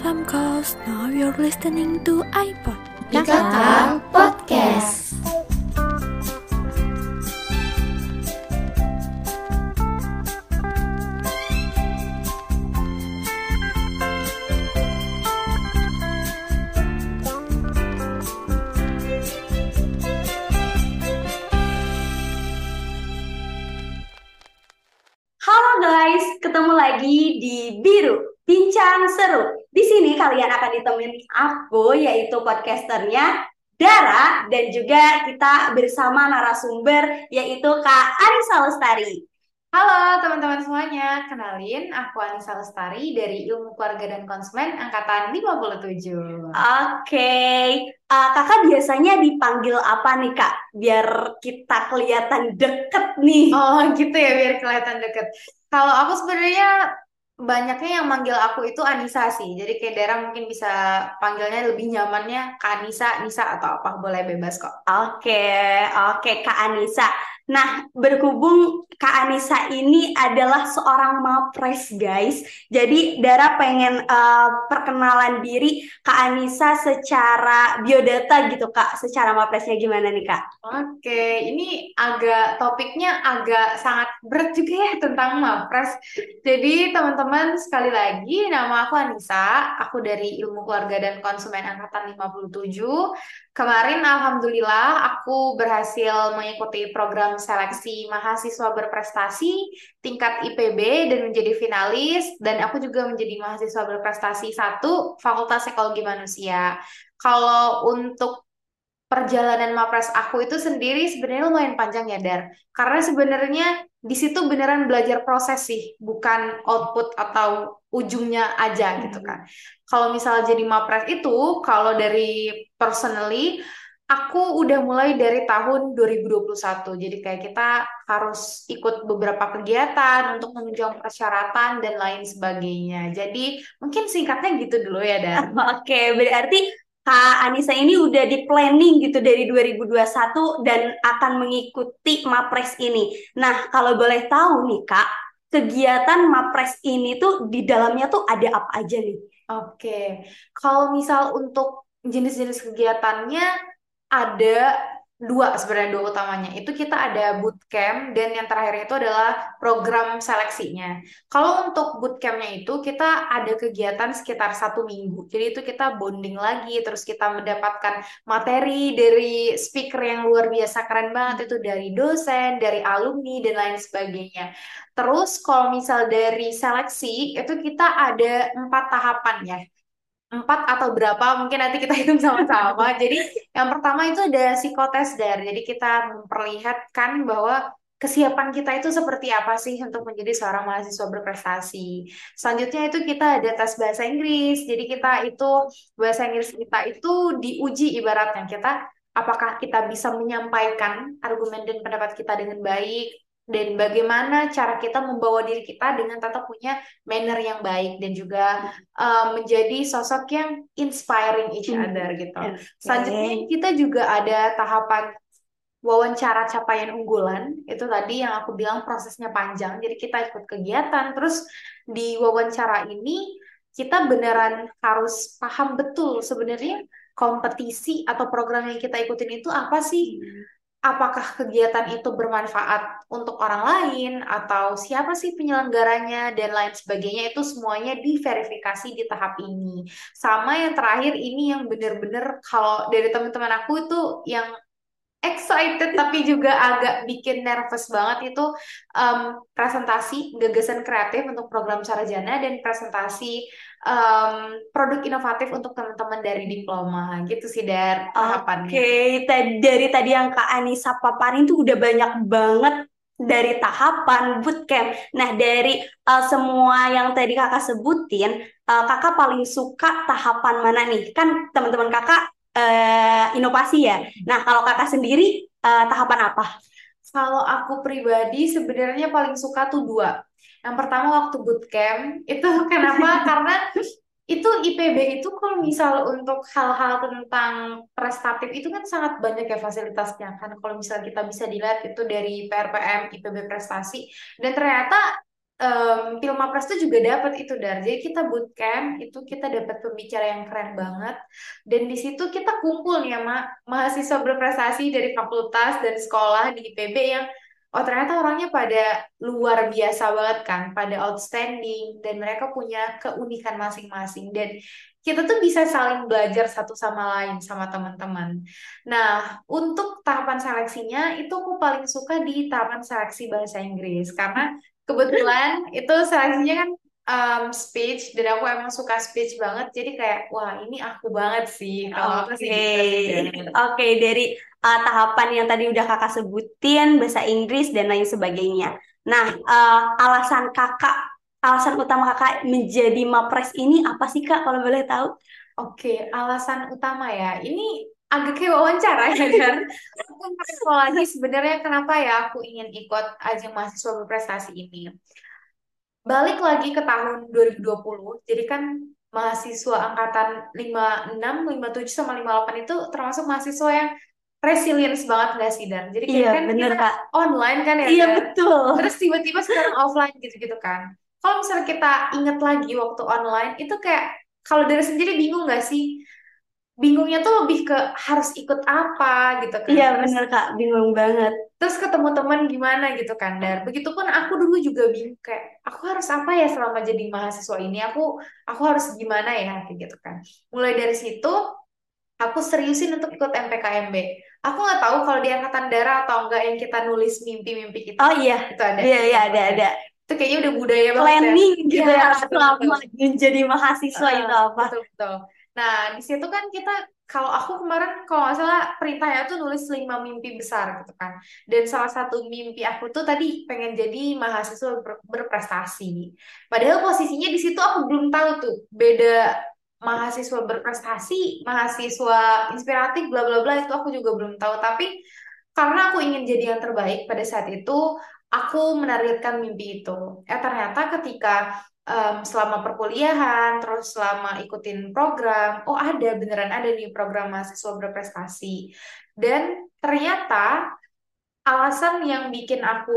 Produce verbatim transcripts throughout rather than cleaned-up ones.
F M Cause now you're listening to iPod Kakak Podcast. Halo guys, ketemu lagi di Biru Bincang Seru. Di sini kalian akan ditemani aku, yaitu podcasternya Dara, dan juga kita bersama narasumber yaitu Kak Anissa Lestari. Halo teman-teman semuanya, kenalin aku Anissa Lestari dari Ilmu Keluarga dan Konsumen Angkatan lima puluh tujuh. Oke, uh, kakak biasanya dipanggil apa nih Kak? Biar kita kelihatan deket nih. Oh gitu ya, biar kelihatan deket. Kalau aku sebenarnya banyaknya yang manggil aku itu Anissa sih. Jadi kayak Dara mungkin bisa panggilnya lebih nyamannya Kak Anissa, Nisa atau apa, boleh bebas kok. Oke, oke Kak Anissa. Nah, berhubung Kak Anissa ini adalah seorang mapres, guys. Jadi Dara pengen uh, perkenalan diri Kak Anissa secara biodata gitu, Kak. Secara mapresnya gimana nih, Kak? Oke, ini agak topiknya agak sangat berat juga ya tentang Mapres. Jadi teman-teman sekali lagi, nama aku Anissa, aku dari Ilmu Keluarga dan Konsumen Angkatan lima puluh tujuh. Kemarin Alhamdulillah aku berhasil mengikuti program seleksi mahasiswa berprestasi tingkat I P B dan menjadi finalis, dan aku juga menjadi mahasiswa berprestasi satu Fakultas Psikologi Manusia. Kalau untuk perjalanan Mapres aku itu sendiri sebenarnya lumayan panjang ya, Dar. Karena sebenarnya di situ beneran belajar proses sih, bukan output atau ujungnya aja gitu kan. Kalau misalnya jadi Mapres itu, kalau dari personally, aku udah mulai dari tahun dua ribu dua puluh satu. Jadi kayak kita harus ikut beberapa kegiatan untuk menunjang persyaratan dan lain sebagainya. Jadi mungkin singkatnya gitu dulu ya, Dar. Oke, berarti Kak Anissa ini udah di planning gitu dari dua ribu dua puluh satu dan akan mengikuti Mapres ini. Nah, kalau boleh tahu nih Kak, kegiatan Mapres ini tuh di dalamnya tuh ada apa aja nih? Oke, kalau misal untuk jenis-jenis kegiatannya ada dua, sebenarnya dua utamanya. Itu kita ada bootcamp dan yang terakhir itu adalah program seleksinya. Kalau untuk bootcampnya itu kita ada kegiatan sekitar satu minggu. Jadi itu kita bonding lagi, terus kita mendapatkan materi dari speaker yang luar biasa keren banget, itu dari dosen, dari alumni dan lain sebagainya. Terus kalau misal dari seleksi itu kita ada empat tahapan ya, empat atau berapa mungkin nanti kita hitung sama-sama. Jadi yang pertama itu ada psikotes, Dar. Jadi kita memperlihatkan bahwa kesiapan kita itu seperti apa sih untuk menjadi seorang mahasiswa berprestasi. Selanjutnya itu kita ada tes bahasa Inggris. Jadi kita itu bahasa Inggris kita itu diuji, ibaratnya kita apakah kita bisa menyampaikan argumen dan pendapat kita dengan baik, dan bagaimana cara kita membawa diri kita dengan tetap punya manner yang baik dan juga uh, menjadi sosok yang inspiring each other gitu. Oke. Selanjutnya kita juga ada tahapan wawancara capaian unggulan. Itu tadi yang aku bilang prosesnya panjang. Jadi kita ikut kegiatan, terus di wawancara ini kita beneran harus paham betul sebenarnya kompetisi atau program yang kita ikutin itu apa sih? Apakah kegiatan itu bermanfaat untuk orang lain atau siapa sih penyelenggaranya dan lain sebagainya, itu semuanya diverifikasi di tahap ini. Sama yang terakhir ini yang bener-bener kalau dari teman-teman aku itu yang excited tapi juga agak bikin nervous banget itu um, presentasi gagasan kreatif untuk program sarjana dan presentasi um, produk inovatif untuk teman-teman dari diploma gitu sih, Dar, tahapannya. Oke, ta- dari tadi yang Kak Anissa paparin tuh udah banyak banget dari tahapan bootcamp. Nah, dari uh, semua yang tadi kakak sebutin, uh, kakak paling suka tahapan mana nih? Kan teman-teman kakak uh, inovasi ya. Nah, kalau kakak sendiri uh, tahapan apa? Kalau aku pribadi sebenarnya paling suka tuh dua. Yang pertama waktu bootcamp, itu kenapa? Karena itu I P B itu kalau misal untuk hal-hal tentang prestatif itu kan sangat banyak ya fasilitasnya kan. Kalau misal kita bisa dilihat itu dari P R P M, I P B prestasi, dan ternyata um, Pilmapres tuh juga dapat itu Dar. Jadi kita bootcamp itu kita dapat pembicara yang keren banget dan di situ kita kumpul nih sama mahasiswa berprestasi dari fakultas dan sekolah di I P B yang oh ternyata orangnya pada luar biasa banget kan, pada outstanding dan mereka punya keunikan masing-masing dan kita tuh bisa saling belajar satu sama lain sama teman-teman. Nah, untuk tahapan seleksinya itu aku paling suka di tahapan seleksi bahasa Inggris karena kebetulan itu seleksinya kan um, speech dan aku emang suka speech banget. Jadi kayak wah ini aku banget sih. Kalau aku sih Oke, gitu sih Dan. oke dari uh, tahapan yang tadi udah kakak sebutin, bahasa Inggris dan lain sebagainya. Nah, uh, alasan kakak, alasan utama kakak menjadi mapres ini apa sih kak, kalau boleh tahu? Oke, alasan utama ya. Ini agak kayak wawancara ya Dan. Aku mau lagi sebenarnya kenapa ya aku ingin ikut ajang mahasiswa berprestasi ini. Balik lagi ke tahun dua ribu dua puluh, jadi kan mahasiswa angkatan lima enam, lima tujuh sama lima delapan itu termasuk mahasiswa yang resilience banget gak sih Dan? Jadi kayak Iya, kan bener kita kak. online kan ya Iya, Dan? betul. Terus tiba-tiba sekarang offline gitu-gitu kan. Kalau misalnya kita inget lagi waktu online, itu kayak kalau dari sendiri bingung gak sih? Bingungnya tuh lebih ke harus ikut apa gitu kan. Iya, Terus bener kak. Bingung banget. terus ketemu teman gimana gitu kan Dar. Begitupun aku dulu juga bingung kayak aku harus apa ya selama jadi mahasiswa ini aku aku harus gimana ya kayak gitu kan. Mulai dari situ aku seriusin untuk ikut M P K M B. Aku nggak tahu kalau di angkatan darat atau enggak yang kita nulis mimpi-mimpi kita Oh iya, itu ada iya, di iya, ada, kampusnya. ada. Itu kayaknya udah budaya banget ya. Planning gitu Iya, ya, kak, betul betul. selama menjadi mahasiswa Heeh, itu apa? betul betul. Nah, di situ kan kita kalau aku kemarin kalau nggak salah perintahnya tuh nulis lima mimpi besar gitu kan. Dan salah satu mimpi aku tuh tadi pengen jadi mahasiswa ber- berprestasi. Padahal posisinya di situ aku belum tahu tuh beda mahasiswa berprestasi, mahasiswa inspiratif, bla bla bla itu aku juga belum tahu. Tapi karena aku ingin jadi yang terbaik pada saat itu, aku menargetkan mimpi itu. Eh ternyata ketika em, selama perkuliahan, terus selama ikutin program, oh ada beneran ada nih program mahasiswa berprestasi. Dan ternyata alasan yang bikin aku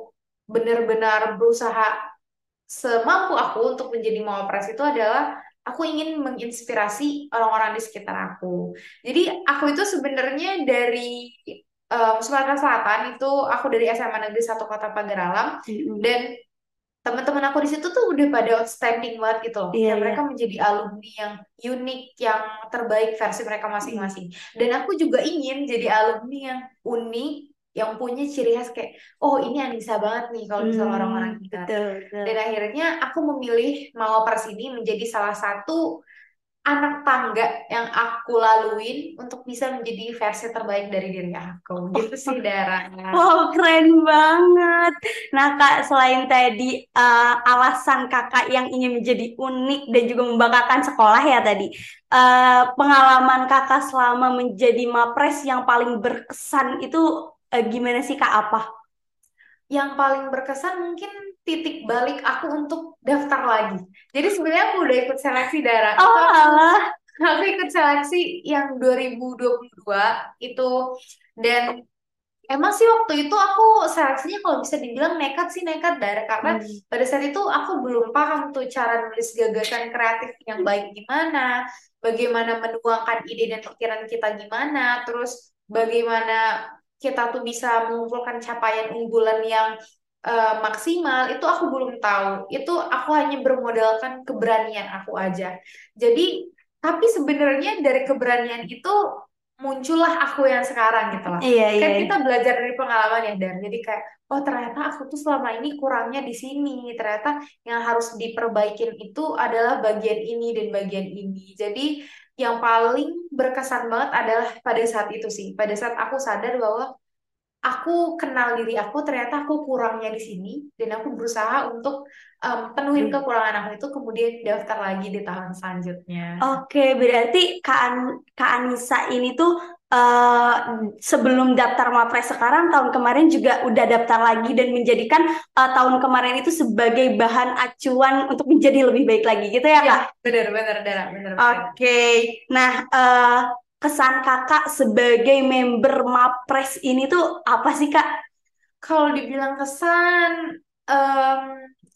benar-benar berusaha semampu aku untuk menjadi mawapres itu adalah aku ingin menginspirasi orang-orang di sekitar aku. Jadi aku itu sebenarnya dari em, Sumatera Selatan itu aku dari S M A Negeri satu Kota Pagar Alam Mm-mm. dan teman-teman aku di situ tuh udah pada outstanding banget gitu loh. Iya, Kayak iya. mereka menjadi alumni yang unik, yang terbaik versi mereka Mm. masing-masing. Dan aku juga ingin jadi alumni yang unik, yang punya ciri khas kayak, oh ini Anissa banget nih kalau misalnya orang-orang Hmm, ingat. betul, betul. Dan akhirnya aku memilih Mawapers ini menjadi salah satu anak tangga yang aku laluin untuk bisa menjadi versi terbaik dari diri aku. Gitu sih, Dara. Wow, keren banget. Nah, Kak, selain tadi eh, alasan Kakak yang ingin menjadi unik dan juga membanggakan sekolah ya tadi, eh, pengalaman Kakak selama menjadi mapres yang paling berkesan itu eh, gimana sih Kak? Apa? Yang paling berkesan mungkin titik balik aku untuk daftar lagi. Jadi sebenarnya aku udah ikut seleksi Dara. Itu Oh, aku alah. aku ikut seleksi yang dua ribu dua puluh dua itu dan emang sih waktu itu aku seleksinya kalau bisa dibilang nekat sih nekat Dara karena Hmm. pada saat itu aku belum paham tuh cara nulis gagasan kreatif yang baik gimana, bagaimana menuangkan ide dan pikiran kita gimana, terus bagaimana kita tuh bisa mengumpulkan capaian unggulan yang eh, maksimal itu aku belum tahu. Itu aku hanya bermodalkan keberanian aku aja. Jadi, tapi sebenarnya dari keberanian itu muncullah aku yang sekarang gitu loh. Iya, iya. Kan kita belajar dari pengalaman ya Dan. Jadi kayak, oh ternyata aku tuh selama ini kurangnya di sini. Ternyata yang harus diperbaikin itu adalah bagian ini dan bagian ini. Jadi yang paling berkesan banget adalah pada saat itu sih. Pada saat aku sadar bahwa aku kenal diri aku, ternyata aku kurangnya di sini dan aku berusaha untuk em, penuhin kekurangan aku itu kemudian daftar lagi di tahun selanjutnya. Oke, berarti Kak, An- Kak Anissa ini tuh eh, sebelum daftar Mapres sekarang, tahun kemarin juga udah daftar lagi dan menjadikan eh, tahun kemarin itu sebagai bahan acuan untuk menjadi lebih baik lagi gitu ya Iya, Kak? benar-benar, benar, benar. Oke, nah eh, kesan Kakak sebagai member Mapres ini tuh apa sih Kak? Kalau dibilang kesan, em,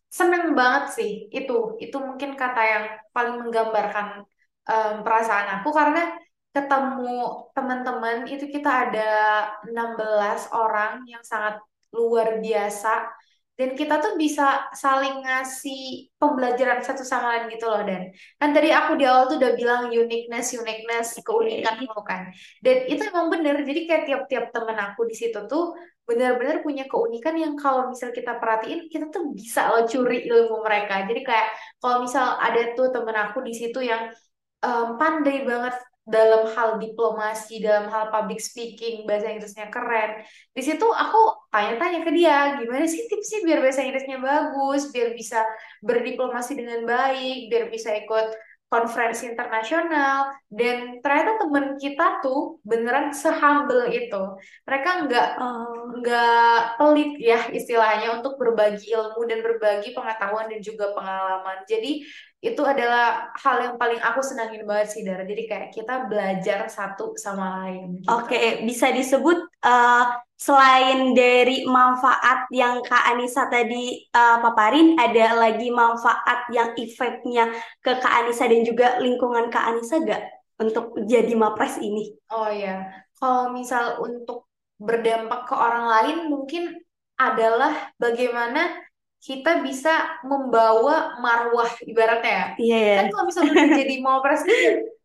Seneng banget sih itu. Itu mungkin kata yang paling menggambarkan em, perasaan aku karena ketemu teman-teman itu kita ada enam belas orang yang sangat luar biasa dan kita tuh bisa saling ngasih pembelajaran satu sama lain gitu loh. Dan kan tadi aku di awal tuh udah bilang uniqueness uniqueness keunikan itu kan, dan itu emang bener. Jadi kayak tiap-tiap temen aku di situ tuh benar-benar punya keunikan yang kalau misal kita perhatiin kita tuh bisa loh curi ilmu mereka. Jadi kayak kalau misal ada tuh temen aku di situ yang em, pandai banget dalam hal diplomasi, dalam hal public speaking, bahasa Inggrisnya keren. Di situ aku tanya-tanya ke dia, gimana sih tipsnya biar bahasa Inggrisnya bagus, biar bisa berdiplomasi dengan baik, biar bisa ikut konferensi internasional. Dan ternyata temen kita tuh beneran sehumble itu. Mereka nggak Oh, nggak pelit ya istilahnya untuk berbagi ilmu dan berbagi pengetahuan dan juga pengalaman. Jadi itu adalah hal yang paling aku senangin banget sih Dara. Jadi kayak kita belajar satu sama lain gitu. oke, bisa disebut eh, selain dari manfaat yang Kak Anissa tadi eh, paparin, ada lagi manfaat yang efeknya ke Kak Anissa dan juga lingkungan Kak Anissa gak untuk jadi Mapres ini? Oh ya, kalau misal untuk berdampak ke orang lain mungkin adalah bagaimana kita bisa membawa marwah ibaratnya ya. Iya Kan ya, kalau misalnya udah jadi mawapres itu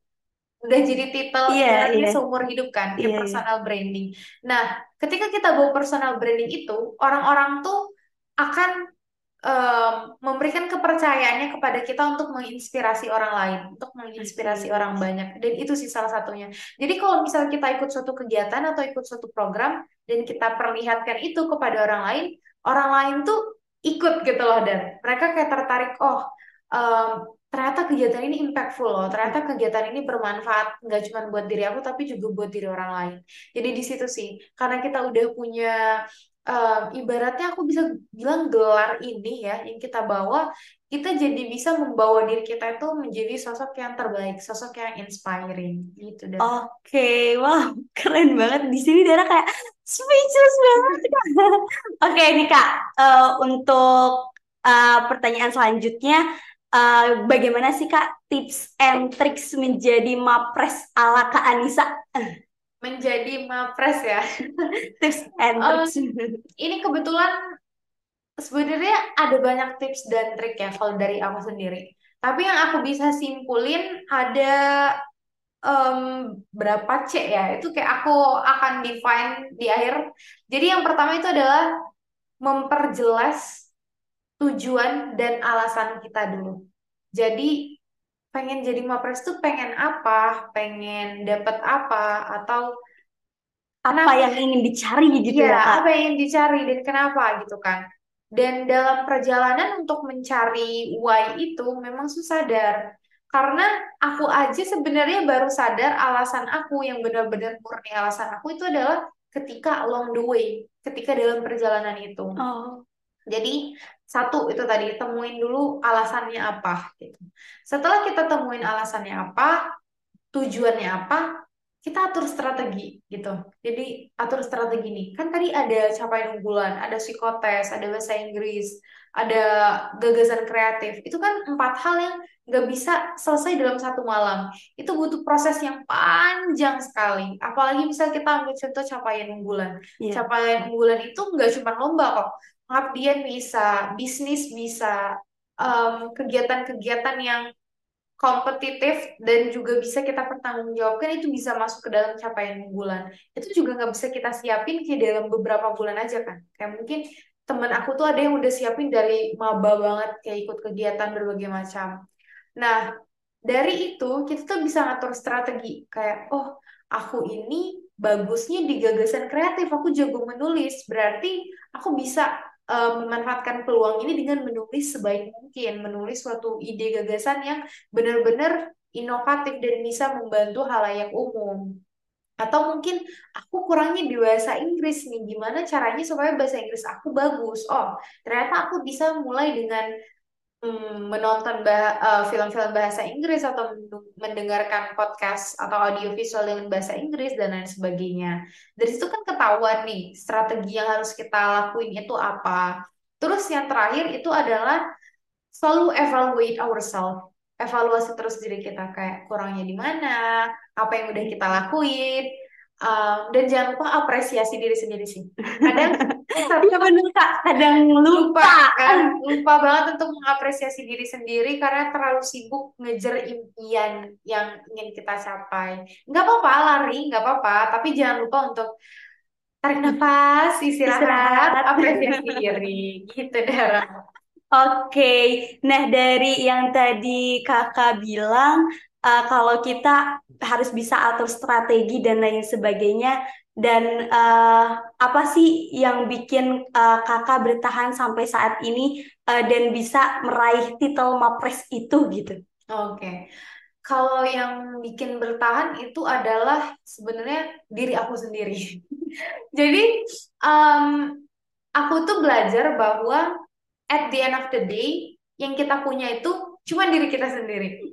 udah jadi titel iya ibaratnya iya seumur hidup kan, kayak iya iya. personal branding. Nah, ketika kita bawa personal branding itu, orang-orang tuh akan em, memberikan kepercayaannya kepada kita untuk menginspirasi orang lain, untuk menginspirasi Oke. orang banyak. Dan itu sih salah satunya. Jadi kalau misalnya kita ikut suatu kegiatan atau ikut suatu program dan kita perlihatkan itu kepada orang lain, orang lain tuh ikut gitu loh, dan mereka kayak tertarik, oh em, ternyata kegiatan ini impactful loh, ternyata kegiatan ini bermanfaat nggak cuma buat diri aku tapi juga buat diri orang lain. Jadi di situ sih, karena kita udah punya em, ibaratnya aku bisa bilang gelar ini ya yang kita bawa, kita jadi bisa membawa diri kita itu menjadi sosok yang terbaik, sosok yang inspiring gitu dan Oke, wah keren banget di sini Dara kayak speechless banget. Oke nih Kak, eh, untuk eh, pertanyaan selanjutnya, eh, bagaimana sih Kak tips and tricks menjadi Mapres ala Kak Anissa? menjadi mapres ya. Tips and Em, tricks. ini kebetulan sebenarnya ada banyak tips dan trik ya kalau dari aku sendiri. Tapi yang aku bisa simpulin ada em, berapa C ya? Itu kayak aku akan define di akhir. Jadi yang pertama itu adalah memperjelas tujuan dan alasan kita dulu. Jadi pengen jadi mapres tuh pengen apa? Pengen dapat apa? Atau Apa kenapa? yang ingin dicari gitu Iya, ya Kak? apa yang ingin dicari dan kenapa gitu kan. Dan dalam perjalanan untuk mencari why itu memang susah dar. Karena aku aja sebenarnya baru sadar alasan aku yang benar-benar murni alasan aku itu adalah ketika along the way, ketika dalam perjalanan itu. Oh, Jadi satu itu tadi temuin dulu alasannya apa gitu. Setelah kita temuin alasannya apa, tujuannya apa, kita atur strategi gitu. Jadi atur strategi nih. Kan tadi ada capaian unggulan, ada psikotes, ada bahasa Inggris, ada gagasan kreatif. Itu kan empat hal yang nggak bisa selesai dalam satu malam. Itu butuh proses yang panjang sekali. Apalagi misal kita ambil contoh capaian unggulan. iya. Capaian unggulan itu nggak cuma lomba kok. Pengabdian bisa, bisnis bisa, em, kegiatan-kegiatan yang kompetitif dan juga bisa kita pertanggungjawabkan itu bisa masuk ke dalam capaian bulan. Itu juga nggak bisa kita siapin kayak dalam beberapa bulan aja kan. Kayak mungkin temen aku tuh ada yang udah siapin dari maba banget kayak ikut kegiatan berbagai macam. Nah, dari itu kita tuh bisa ngatur strategi kayak oh aku ini bagusnya di gagasan kreatif, aku jago menulis, berarti aku bisa eh, memanfaatkan peluang ini dengan menulis sebaik mungkin, menulis suatu ide gagasan yang benar-benar inovatif dan bisa membantu halayak umum. Atau mungkin aku kurangnya di bahasa Inggris nih, gimana caranya supaya bahasa Inggris aku bagus? Oh, ternyata aku bisa mulai dengan hmm, menonton bah- eh, film-film bahasa Inggris atau mendu- mendengarkan podcast atau audiovisual dengan bahasa Inggris dan lain sebagainya. Dari situ kan ketahuan nih strategi yang harus kita lakuin itu apa. Terus yang terakhir itu adalah selalu evaluate ourselves, evaluasi terus diri kita kayak kurangnya di mana, apa yang udah kita lakuin, um, dan jangan lupa apresiasi diri sendiri sih. Kadang kita Iya bener Kak, kadang lupa lupa. kan, lupa banget untuk mengapresiasi diri sendiri karena terlalu sibuk ngejar impian yang ingin kita capai. Nggak apa-apa lari, nggak apa-apa, tapi jangan lupa untuk tarik nafas, istirahat, Istirahat. apresiasi diri, gitu Dara. Oke, nah dari yang tadi kakak bilang, eh, kalau kita harus bisa atur strategi dan lain sebagainya, dan eh, apa sih yang bikin eh, kakak bertahan sampai saat ini eh, dan bisa meraih titel Mapres itu gitu? Oke. Kalau yang bikin bertahan itu adalah sebenarnya diri aku sendiri. Jadi, um, aku tuh belajar bahwa at the end of the day, yang kita punya itu cuma diri kita sendiri.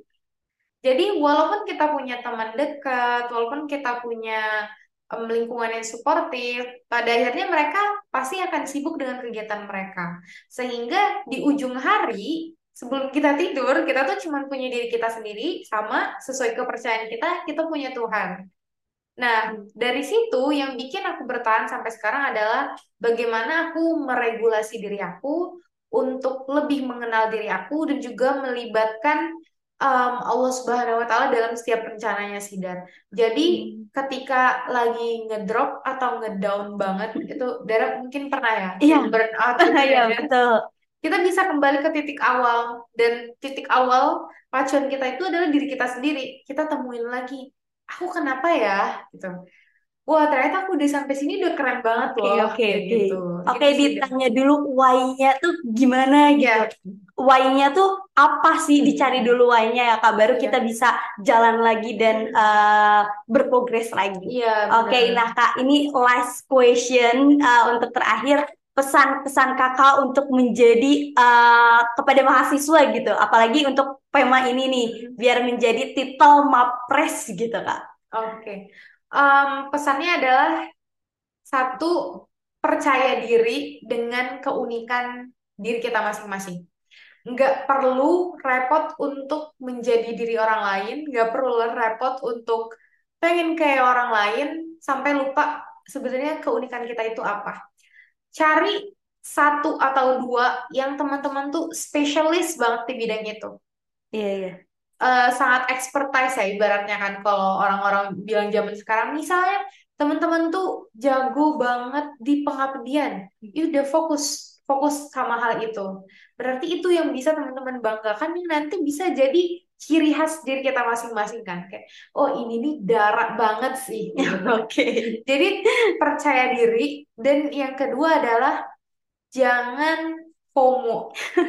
Jadi, walaupun kita punya teman dekat, walaupun kita punya em, lingkungan yang suportif, pada akhirnya mereka pasti akan sibuk dengan kegiatan mereka. Sehingga di ujung hari, sebelum kita tidur, kita tuh cuma punya diri kita sendiri, sama sesuai kepercayaan kita, kita punya Tuhan. Nah, dari situ yang bikin aku bertahan sampai sekarang adalah bagaimana aku meregulasi diri aku untuk lebih mengenal diri aku dan juga melibatkan um, Allah Subhanahu wa Ta'ala dalam setiap rencananya sih Dan. Jadi Hmm. ketika lagi ngedrop atau ngedown banget itu Dara mungkin pernah ya Iya, burn out gitu iya ya Dan. betul. Kita bisa kembali ke titik awal dan titik awal pacuan kita itu adalah diri kita sendiri. Kita temuin lagi, aku kenapa ya gitu. Wah, ternyata aku udah sampai sini udah keren banget Oke, loh oke, kayak oke. gitu. Oke, Gitu sih Dan. ditanya dulu why-nya tuh gimana gitu. Iya, Why-nya tuh apa sih? Dicari dulu why-nya ya, Kak. Baru kita iya, bisa jalan lagi dan eh, berprogres lagi. iya Oke, benar. nah Kak, ini last question eh, untuk terakhir. Pesan-pesan Kakak untuk menjadi eh, kepada mahasiswa gitu. Apalagi untuk Pema ini nih, biar menjadi titel Mapres gitu, Kak. Oke. Em, pesannya adalah satu, percaya diri dengan keunikan diri kita masing-masing. Nggak perlu repot untuk menjadi diri orang lain, nggak perlu repot untuk pengen kayak orang lain, sampai lupa sebenarnya keunikan kita itu apa. Cari satu atau dua yang teman-teman tuh spesialis banget di bidang itu. Iya, iya. Eh, sangat expertise ya ibaratnya kan kalau orang-orang bilang zaman sekarang. Misalnya teman-teman tuh jago banget di pengabdian. Ya udah fokus fokus sama hal itu. Berarti itu yang bisa teman-teman banggakan yang nanti bisa jadi ciri khas diri kita masing-masing kan. Kayak oh ini nih darah banget sih gitu. Oke. Jadi percaya diri dan yang kedua adalah jangan FOMO.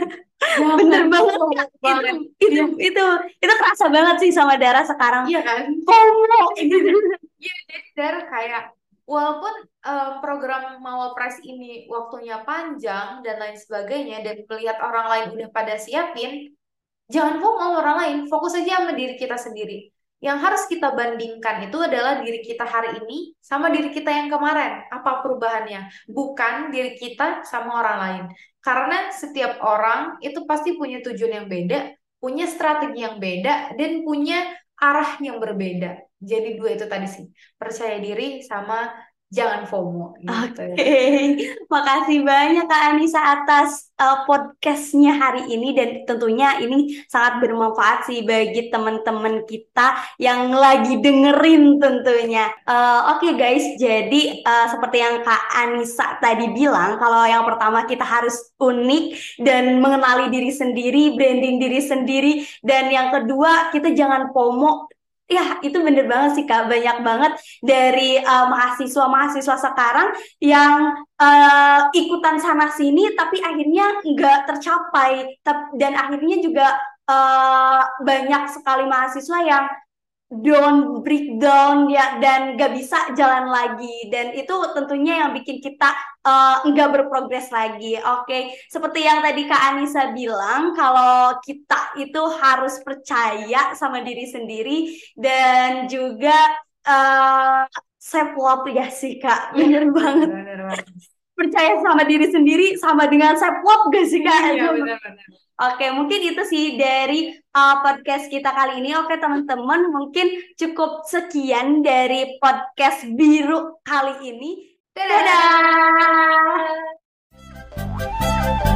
Bener Jangan banget FOMO Kak. Itu banget. itu itu itu kerasa banget sih sama Dara sekarang. Iya kan? FOMO. Iya, jadi Dar kayak walaupun em, program Mawapres ini waktunya panjang dan lain sebagainya dan melihat orang lain udah pada siapin, jangan FOMO orang lain, fokus aja sama diri kita sendiri. Yang harus kita bandingkan itu adalah diri kita hari ini sama diri kita yang kemarin. Apa perubahannya? Bukan diri kita sama orang lain. Karena setiap orang itu pasti punya tujuan yang beda, punya strategi yang beda, dan punya arah yang berbeda. Jadi dua itu tadi sih, percaya diri sama jangan FOMO gitu. Oke, makasih banyak Kak Anissa atas uh, podcastnya hari ini dan tentunya ini sangat bermanfaat sih bagi teman-teman kita yang lagi dengerin tentunya. Uh, Oke guys, jadi uh, seperti yang Kak Anissa tadi bilang, kalau yang pertama kita harus unik dan mengenali diri sendiri, branding diri sendiri, dan yang kedua kita jangan FOMO. Ya, itu bener banget sih Kak. Banyak banget dari uh, mahasiswa-mahasiswa sekarang yang uh, ikutan sana sini tapi akhirnya nggak tercapai. Tep- dan akhirnya juga uh, banyak sekali mahasiswa yang down breakdown ya dan nggak bisa jalan lagi dan itu tentunya yang bikin kita uh, nggak berprogres lagi. Oke, seperti yang tadi Kak Anissa bilang kalau kita itu harus percaya sama diri sendiri dan juga uh, self love ya sih Kak. Bener banget. Bener banget. percaya sama diri sendiri sama dengan self love gak sih Kak? Iya, benar-benar. Oke, mungkin itu sih dari uh, podcast kita kali ini. Oke, teman-teman, mungkin cukup sekian dari podcast biru kali ini. Dadah! Dadah.